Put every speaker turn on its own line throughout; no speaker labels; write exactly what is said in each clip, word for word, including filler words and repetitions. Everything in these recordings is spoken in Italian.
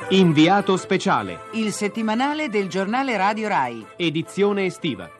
Inviato speciale.
Il settimanale del giornale Radio Rai.
Edizione estiva.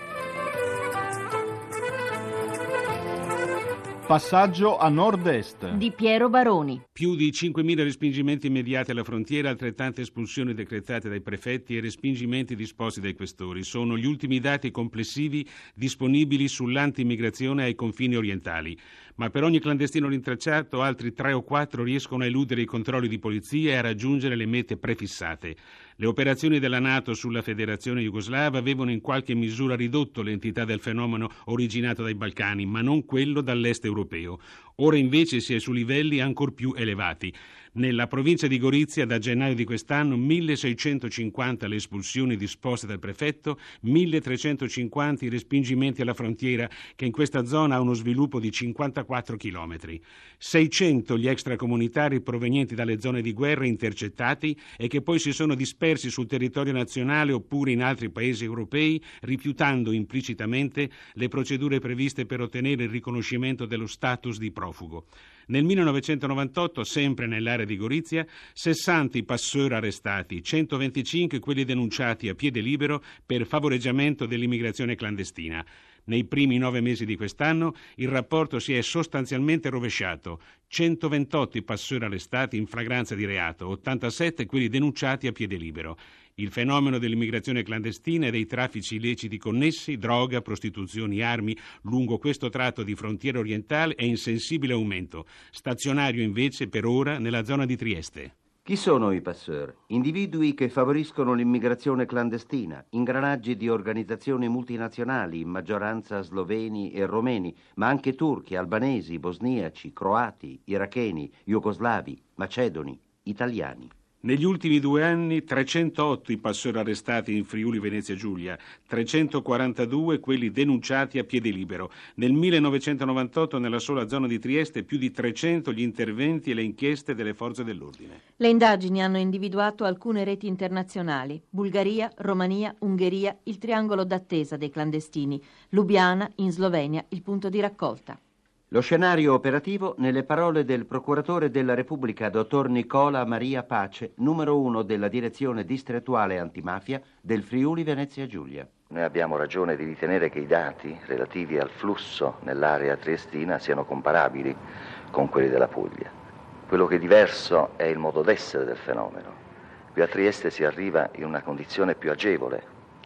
Passaggio a nord-est
di Piero Baroni.
Più di cinquemila respingimenti immediati alla frontiera, altrettante espulsioni decretate dai prefetti e respingimenti disposti dai questori. Sono gli ultimi dati complessivi disponibili sull'anti-immigrazione ai confini orientali. Ma per ogni clandestino rintracciato, altri tre o quattro riescono a eludere i controlli di polizia e a raggiungere le mete prefissate. Le operazioni della NATO sulla Federazione Jugoslava avevano in qualche misura ridotto l'entità del fenomeno originato dai Balcani, ma non quello dall'est europeo. Ora invece si è su livelli ancor più elevati. Nella provincia di Gorizia da gennaio di quest'anno milleseicentocinquanta le espulsioni disposte dal prefetto, milletrecentocinquanta i respingimenti alla frontiera, che in questa zona ha uno sviluppo di cinquantaquattro chilometri. seicento gli extracomunitari provenienti dalle zone di guerra intercettati e che poi si sono dispersi sul territorio nazionale oppure in altri paesi europei, rifiutando implicitamente le procedure previste per ottenere il riconoscimento dello status di profugo. Nel millenovecentonovantotto, sempre nell'area di Gorizia, sessanta i passeur arrestati, centoventicinque quelli denunciati a piede libero per favoreggiamento dell'immigrazione clandestina. Nei primi nove mesi di quest'anno il rapporto si è sostanzialmente rovesciato. centoventotto i passeur arrestati in flagranza di reato, ottantasette quelli denunciati a piede libero. Il fenomeno dell'immigrazione clandestina e dei traffici illeciti connessi, droga, prostituzioni, armi, lungo questo tratto di frontiera orientale è in sensibile aumento, stazionario invece per ora nella zona di Trieste.
Chi sono i passeur? Individui che favoriscono l'immigrazione clandestina, ingranaggi di organizzazioni multinazionali, in maggioranza sloveni e romeni, ma anche turchi, albanesi, bosniaci, croati, iracheni, jugoslavi, macedoni, italiani.
Negli ultimi due anni trecentotto i passeur arrestati in Friuli Venezia Giulia, trecentoquarantadue quelli denunciati a piede libero. Nel millenovecentonovantotto nella sola zona di Trieste più di trecento gli interventi e le inchieste delle forze dell'ordine.
Le indagini hanno individuato alcune reti internazionali: Bulgaria, Romania, Ungheria, il triangolo d'attesa dei clandestini, Lubiana, in Slovenia, il punto di raccolta.
Lo scenario operativo nelle parole del procuratore della Repubblica, dottor Nicola Maria Pace, numero uno della direzione distrettuale antimafia del Friuli Venezia Giulia.
Noi abbiamo ragione di ritenere che i dati relativi al flusso nell'area triestina siano comparabili con quelli della Puglia. Quello che è diverso è il modo d'essere del fenomeno. Qui a Trieste si arriva in una condizione più agevole,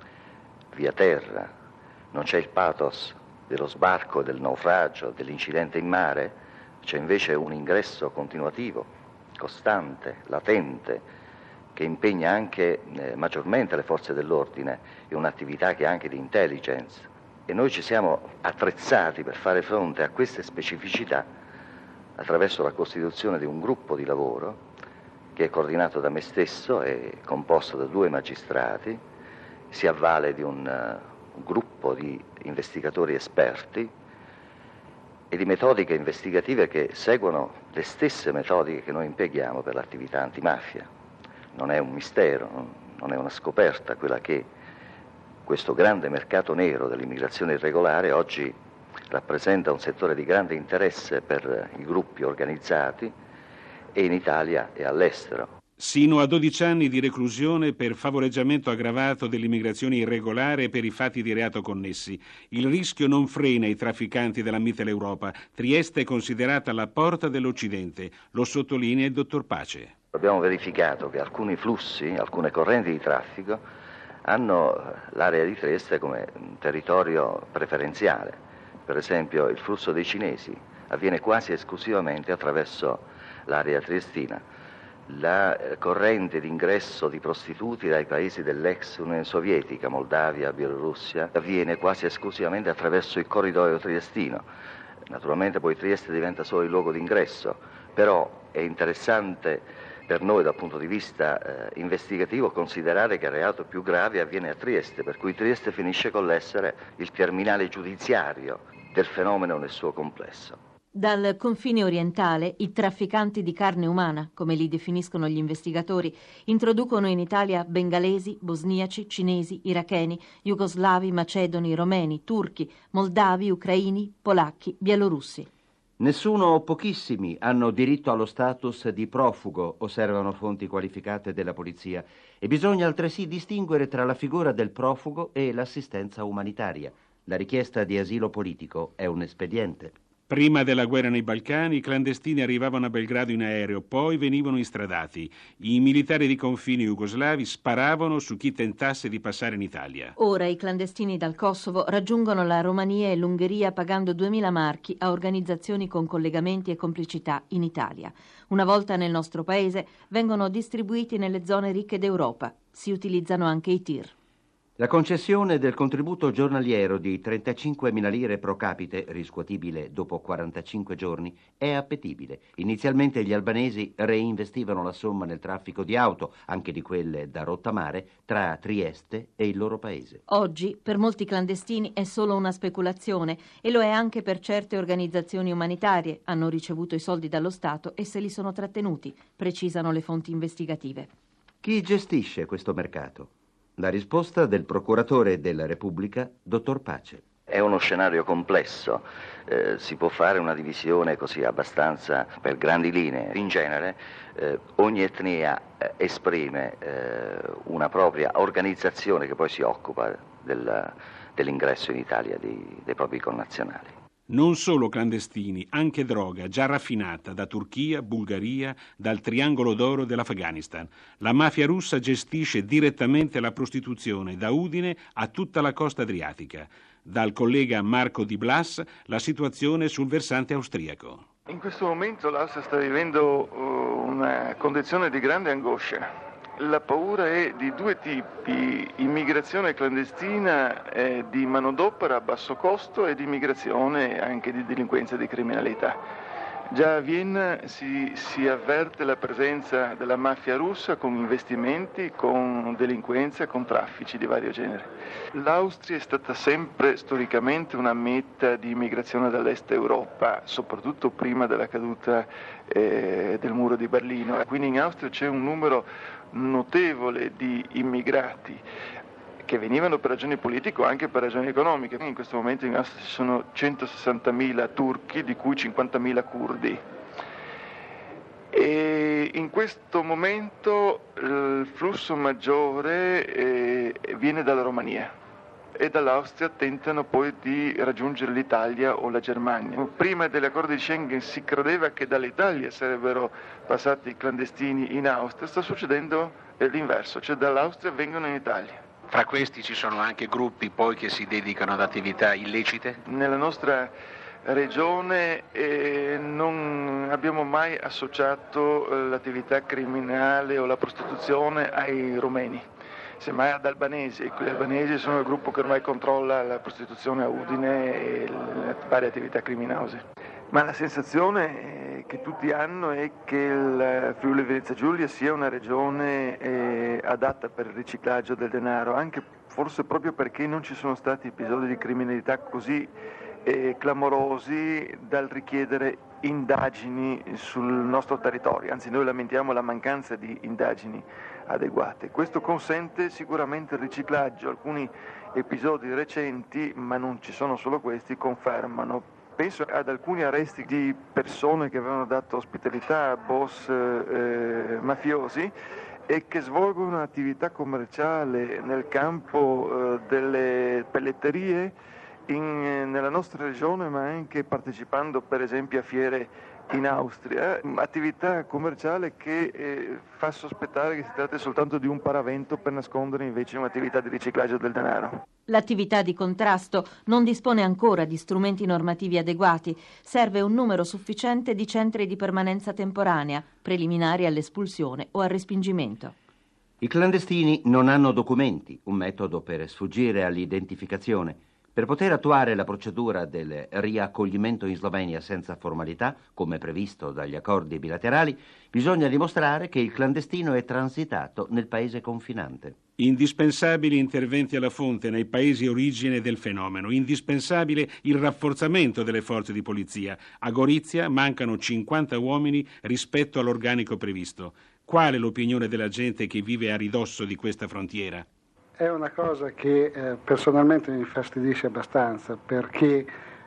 via terra, non c'è il pathos dello sbarco, del naufragio, dell'incidente in mare, c'è invece un ingresso continuativo, costante, latente, che impegna anche eh, maggiormente le forze dell'ordine in un'attività che è anche di intelligence. E noi ci siamo attrezzati per fare fronte a queste specificità attraverso la costituzione di un gruppo di lavoro che è coordinato da me stesso e composto da due magistrati, si avvale di un uh, un gruppo di investigatori esperti e di metodiche investigative che seguono le stesse metodiche che noi impieghiamo per l'attività antimafia. Non è un mistero, non è una scoperta quella che questo grande mercato nero dell'immigrazione irregolare oggi rappresenta un settore di grande interesse per i gruppi organizzati e in Italia e all'estero.
Sino a dodici anni di reclusione per favoreggiamento aggravato dell'immigrazione irregolare e per i fatti di reato connessi. Il rischio non frena i trafficanti della Mitteleuropa. Trieste è considerata la porta dell'Occidente, lo sottolinea il dottor Pace.
Abbiamo verificato che alcuni flussi, alcune correnti di traffico hanno l'area di Trieste come territorio preferenziale. Per esempio il flusso dei cinesi avviene quasi esclusivamente attraverso l'area triestina. La corrente d'ingresso di prostituti dai paesi dell'ex Unione Sovietica, Moldavia, Bielorussia, avviene quasi esclusivamente attraverso il corridoio triestino. Naturalmente poi Trieste diventa solo il luogo d'ingresso, però è interessante per noi dal punto di vista eh, investigativo considerare che il reato più grave avviene a Trieste, per cui Trieste finisce con l'essere il terminale giudiziario del fenomeno nel suo complesso.
Dal confine orientale, i trafficanti di carne umana, come li definiscono gli investigatori, introducono in Italia bengalesi, bosniaci, cinesi, iracheni, jugoslavi, macedoni, romeni, turchi, moldavi, ucraini, polacchi, bielorussi.
Nessuno o pochissimi hanno diritto allo status di profugo, osservano fonti qualificate della polizia, e bisogna altresì distinguere tra la figura del profugo e l'assistenza umanitaria. La richiesta di asilo politico è un espediente.
Prima della guerra nei Balcani, i clandestini arrivavano a Belgrado in aereo, poi venivano istradati. I militari di confini jugoslavi sparavano su chi tentasse di passare in Italia.
Ora i clandestini dal Kosovo raggiungono la Romania e l'Ungheria pagando duemila marchi a organizzazioni con collegamenti e complicità in Italia. Una volta nel nostro paese vengono distribuiti nelle zone ricche d'Europa. Si utilizzano anche i tir.
La concessione del contributo giornaliero di trentacinquemila lire pro capite, riscuotibile dopo quarantacinque giorni, è appetibile. Inizialmente gli albanesi reinvestivano la somma nel traffico di auto, anche di quelle da rottamare, tra Trieste e il loro paese.
Oggi per molti clandestini è solo una speculazione e lo è anche per certe organizzazioni umanitarie. Hanno ricevuto i soldi dallo Stato e se li sono trattenuti, precisano le fonti investigative.
Chi gestisce questo mercato? La risposta del procuratore della Repubblica, dottor Pace.
È uno scenario complesso, eh, si può fare una divisione così abbastanza per grandi linee. In genere eh, ogni etnia eh, esprime eh, una propria organizzazione che poi si occupa del, dell'ingresso in Italia di, dei propri connazionali.
Non solo clandestini, anche droga già raffinata da Turchia, Bulgaria, dal triangolo d'oro dell'Afghanistan. La mafia russa gestisce direttamente la prostituzione da Udine a tutta la costa adriatica. Dal collega Marco Di Blas la situazione sul versante austriaco.
In questo momento l'Austria sta vivendo una condizione di grande angoscia. La paura è di due tipi: immigrazione clandestina eh, di manodopera a basso costo ed immigrazione anche di delinquenza e di criminalità. Già a Vienna si, si avverte la presenza della mafia russa con investimenti, con delinquenza, con traffici di vario genere. L'Austria è stata sempre storicamente una meta di immigrazione dall'est Europa, soprattutto prima della caduta eh, del muro di Berlino. Quindi in Austria c'è un numero notevole di immigrati che venivano per ragioni politiche o anche per ragioni economiche. In questo momento in Austria ci sono centosessantamila turchi, di cui cinquantamila curdi. E in questo momento il flusso maggiore eh, viene dalla Romania e dall'Austria tentano poi di raggiungere l'Italia o la Germania. Prima degli accordi di Schengen si credeva che dall'Italia sarebbero passati i clandestini in Austria, sta succedendo l'inverso, cioè dall'Austria vengono in Italia.
Fra questi ci sono anche gruppi poi che si dedicano ad attività illecite?
Nella nostra regione eh, non abbiamo mai associato eh, l'attività criminale o la prostituzione ai rumeni, semmai ad albanesi. Gli albanesi sono il gruppo che ormai controlla la prostituzione a Udine e le varie attività criminose. Ma la sensazione che tutti hanno è che il Friuli Venezia Giulia sia una regione eh, adatta per il riciclaggio del denaro, anche forse proprio perché non ci sono stati episodi di criminalità così eh, clamorosi dal richiedere indagini sul nostro territorio, anzi noi lamentiamo la mancanza di indagini adeguate. Questo consente sicuramente il riciclaggio. Alcuni episodi recenti, ma non ci sono solo questi, confermano. Penso ad alcuni arresti di persone che avevano dato ospitalità a boss eh, mafiosi e che svolgono attività commerciale nel campo eh, delle pelletterie in, nella nostra regione, ma anche partecipando per esempio a fiere in Austria, attività commerciale che eh, fa sospettare che si tratti soltanto di un paravento per nascondere invece un'attività di riciclaggio del denaro.
L'attività di contrasto non dispone ancora di strumenti normativi adeguati. Serve un numero sufficiente di centri di permanenza temporanea, preliminari all'espulsione o al respingimento.
I clandestini non hanno documenti, un metodo per sfuggire all'identificazione. Per poter attuare la procedura del riaccoglimento in Slovenia senza formalità, come previsto dagli accordi bilaterali, bisogna dimostrare che il clandestino è transitato nel paese confinante.
Indispensabili interventi alla fonte nei paesi origine del fenomeno, indispensabile il rafforzamento delle forze di polizia. A Gorizia mancano cinquanta uomini rispetto all'organico previsto. Qual è l'opinione della gente che vive a ridosso di questa frontiera?
È una cosa che eh, personalmente mi infastidisce abbastanza, perché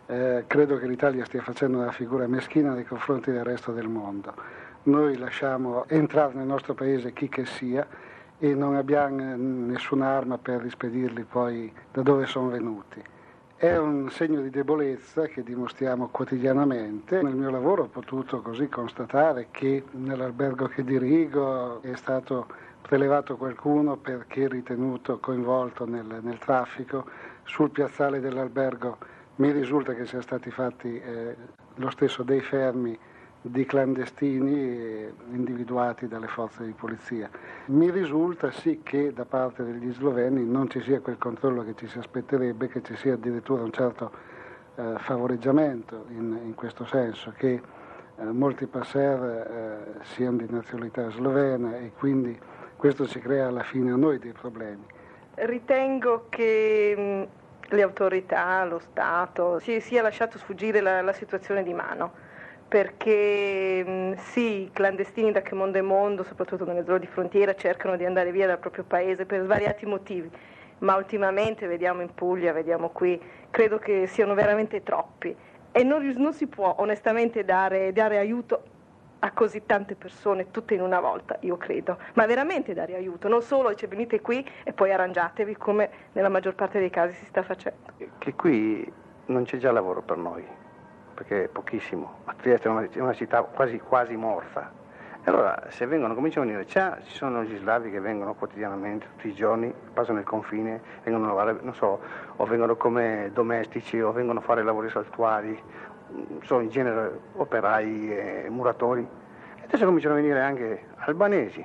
eh, credo che l'Italia stia facendo una figura meschina nei confronti del resto del mondo. Noi lasciamo entrare nel nostro paese chi che sia e non abbiamo nessuna arma per rispedirli poi da dove sono venuti. È un segno di debolezza che dimostriamo quotidianamente. Nel mio lavoro ho potuto così constatare che nell'albergo che dirigo è stato prelevato qualcuno perché ritenuto coinvolto nel, nel traffico. Sul piazzale dell'albergo mi risulta che siano stati fatti eh, lo stesso dei fermi di clandestini individuati dalle forze di polizia. Mi risulta sì che da parte degli sloveni non ci sia quel controllo che ci si aspetterebbe, che ci sia addirittura un certo eh, favoreggiamento in, in questo senso, che eh, molti passer eh, siano di nazionalità slovena e quindi questo ci crea alla fine a noi dei problemi.
Ritengo che mh, le autorità, lo Stato, si sia lasciato sfuggire la, la situazione di mano. Perché mh, sì, i clandestini da che mondo è mondo, soprattutto nelle zone di frontiera, cercano di andare via dal proprio paese per svariati motivi, ma ultimamente vediamo in Puglia, vediamo qui, credo che siano veramente troppi e non, non si può onestamente dare, dare aiuto a così tante persone, tutte in una volta, io credo, ma veramente dare aiuto, non solo cioè, venite qui e poi arrangiatevi come nella maggior parte dei casi si sta facendo.
Che qui non c'è già lavoro per noi, perché è pochissimo. A Trieste è una, è una città quasi, quasi morta. E allora se vengono, cominciano a venire, già ci sono gli slavi che vengono quotidianamente, tutti i giorni, passano il confine, vengono a lavorare, non so, o vengono come domestici o vengono a fare lavori saltuari, sono in genere operai e muratori. E adesso cominciano a venire anche albanesi,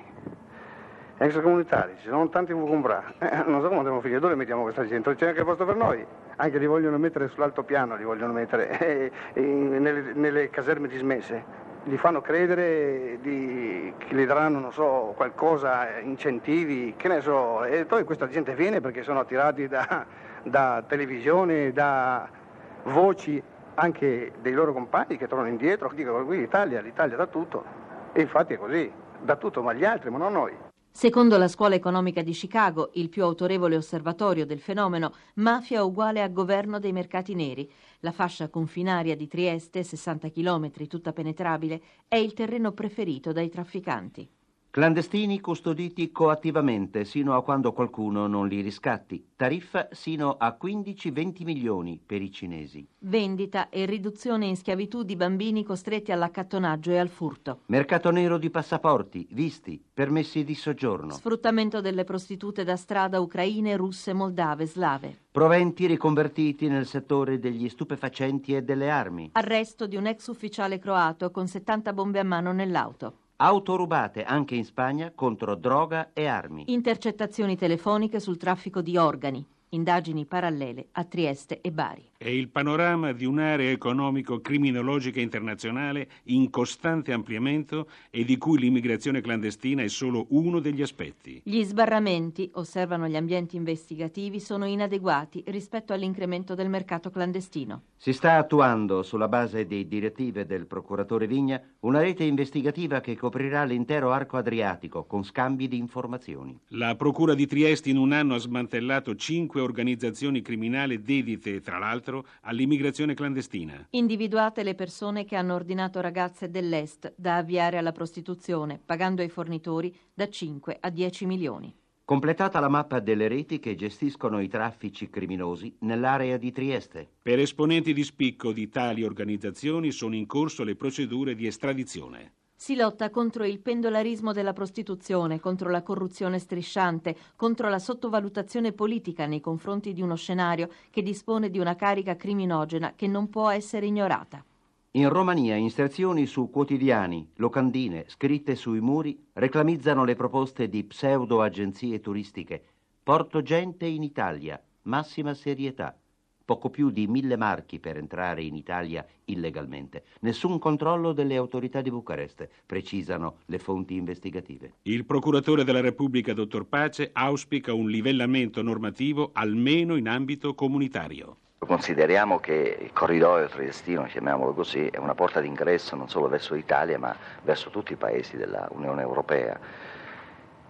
extracomunitari, ci sono tanti Vukumbra. Eh, non so come andiamo a finire, dove mettiamo questa gente? Non c'è neanche posto per noi. Anche li vogliono mettere sull'altopiano, li vogliono mettere eh, in, nelle, nelle caserme dismesse. Gli fanno credere di, che gli daranno, non so, qualcosa, incentivi, che ne so. E poi questa gente viene perché sono attirati da, da televisione, da voci anche dei loro compagni che tornano indietro. Dicono qui l'Italia, l'Italia dà tutto. E infatti è così, dà tutto, ma gli altri, ma non noi.
Secondo la Scuola Economica di Chicago, il più autorevole osservatorio del fenomeno, mafia uguale a governo dei mercati neri. La fascia confinaria di Trieste, sessanta chilometri, tutta penetrabile, è il terreno preferito dai trafficanti.
Clandestini custoditi coattivamente sino a quando qualcuno non li riscatti. Tariffa sino a quindici venti milioni per i cinesi.
Vendita e riduzione in schiavitù di bambini costretti all'accattonaggio e al furto.
Mercato nero di passaporti, visti, permessi di soggiorno.
Sfruttamento delle prostitute da strada ucraine, russe, moldave, slave.
Proventi riconvertiti nel settore degli stupefacenti e delle armi.
Arresto di un ex ufficiale croato con settanta bombe a mano nell'auto.
Auto rubate anche in Spagna contro droga e armi.
Intercettazioni telefoniche sul traffico di organi. Indagini parallele a Trieste e Bari.
È il panorama di un'area economico-criminologica internazionale in costante ampliamento e di cui l'immigrazione clandestina è solo uno degli aspetti.
Gli sbarramenti, osservano gli ambienti investigativi, sono inadeguati rispetto all'incremento del mercato clandestino.
Si sta attuando, sulla base di direttive del procuratore Vigna, una rete investigativa che coprirà l'intero arco adriatico con scambi di informazioni.
La Procura di Trieste in un anno ha smantellato cinque organizzazioni criminali dedite, tra l'altro, all'immigrazione clandestina.
Individuate le persone che hanno ordinato ragazze dell'Est da avviare alla prostituzione, pagando ai fornitori da cinque a dieci milioni.
Completata la mappa delle reti che gestiscono i traffici criminosi nell'area di Trieste.
Per esponenti di spicco di tali organizzazioni sono in corso le procedure di estradizione.
Si lotta contro il pendolarismo della prostituzione, contro la corruzione strisciante, contro la sottovalutazione politica nei confronti di uno scenario che dispone di una carica criminogena che non può essere ignorata.
In Romania inserzioni su quotidiani, locandine, scritte sui muri reclamizzano le proposte di pseudo-agenzie turistiche. Porto gente in Italia, massima serietà. Poco più di mille marchi per entrare in Italia illegalmente. Nessun controllo delle autorità di Bucarest, precisano le fonti investigative.
Il procuratore della Repubblica, dottor Pace, auspica un livellamento normativo almeno in ambito comunitario.
Consideriamo che il corridoio triestino, chiamiamolo così, è una porta d'ingresso non solo verso l'Italia ma verso tutti i paesi dell'Unione Europea.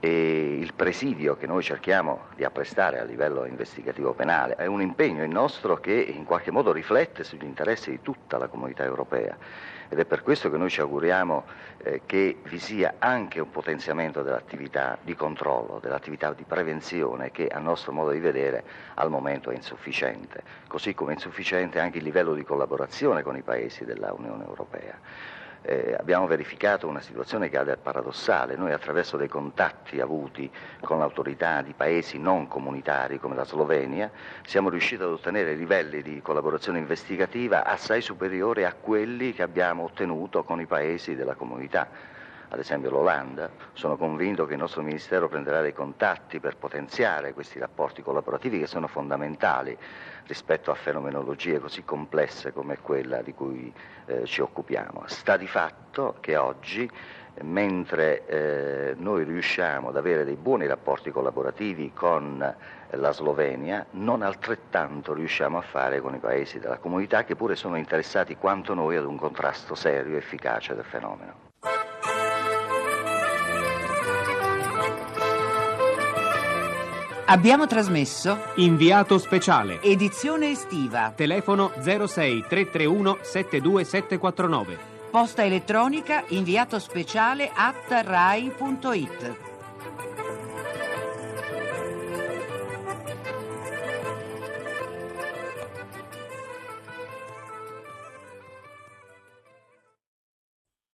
e il presidio che noi cerchiamo di apprestare a livello investigativo penale è un impegno il nostro che in qualche modo riflette sugli interessi di tutta la comunità europea, ed è per questo che noi ci auguriamo eh, che vi sia anche un potenziamento dell'attività di controllo, dell'attività di prevenzione, che a nostro modo di vedere al momento è insufficiente, così come è insufficiente anche il livello di collaborazione con i paesi della Unione Europea. Eh, abbiamo verificato una situazione che è paradossale. Noi, attraverso dei contatti avuti con l'autorità di paesi non comunitari come la Slovenia, siamo riusciti ad ottenere livelli di collaborazione investigativa assai superiori a quelli che abbiamo ottenuto con i paesi della comunità. Ad esempio l'Olanda. Sono convinto che il nostro Ministero prenderà dei contatti per potenziare questi rapporti collaborativi, che sono fondamentali rispetto a fenomenologie così complesse come quella di cui eh, ci occupiamo. Sta di fatto che oggi, mentre eh, noi riusciamo ad avere dei buoni rapporti collaborativi con eh, la Slovenia, non altrettanto riusciamo a fare con i paesi della comunità, che pure sono interessati quanto noi ad un contrasto serio e efficace del fenomeno.
Abbiamo trasmesso
Inviato speciale.
Edizione estiva.
Telefono zero sei tre tre uno sette due sette quattro nove.
Posta elettronica inviato speciale at rai punto it.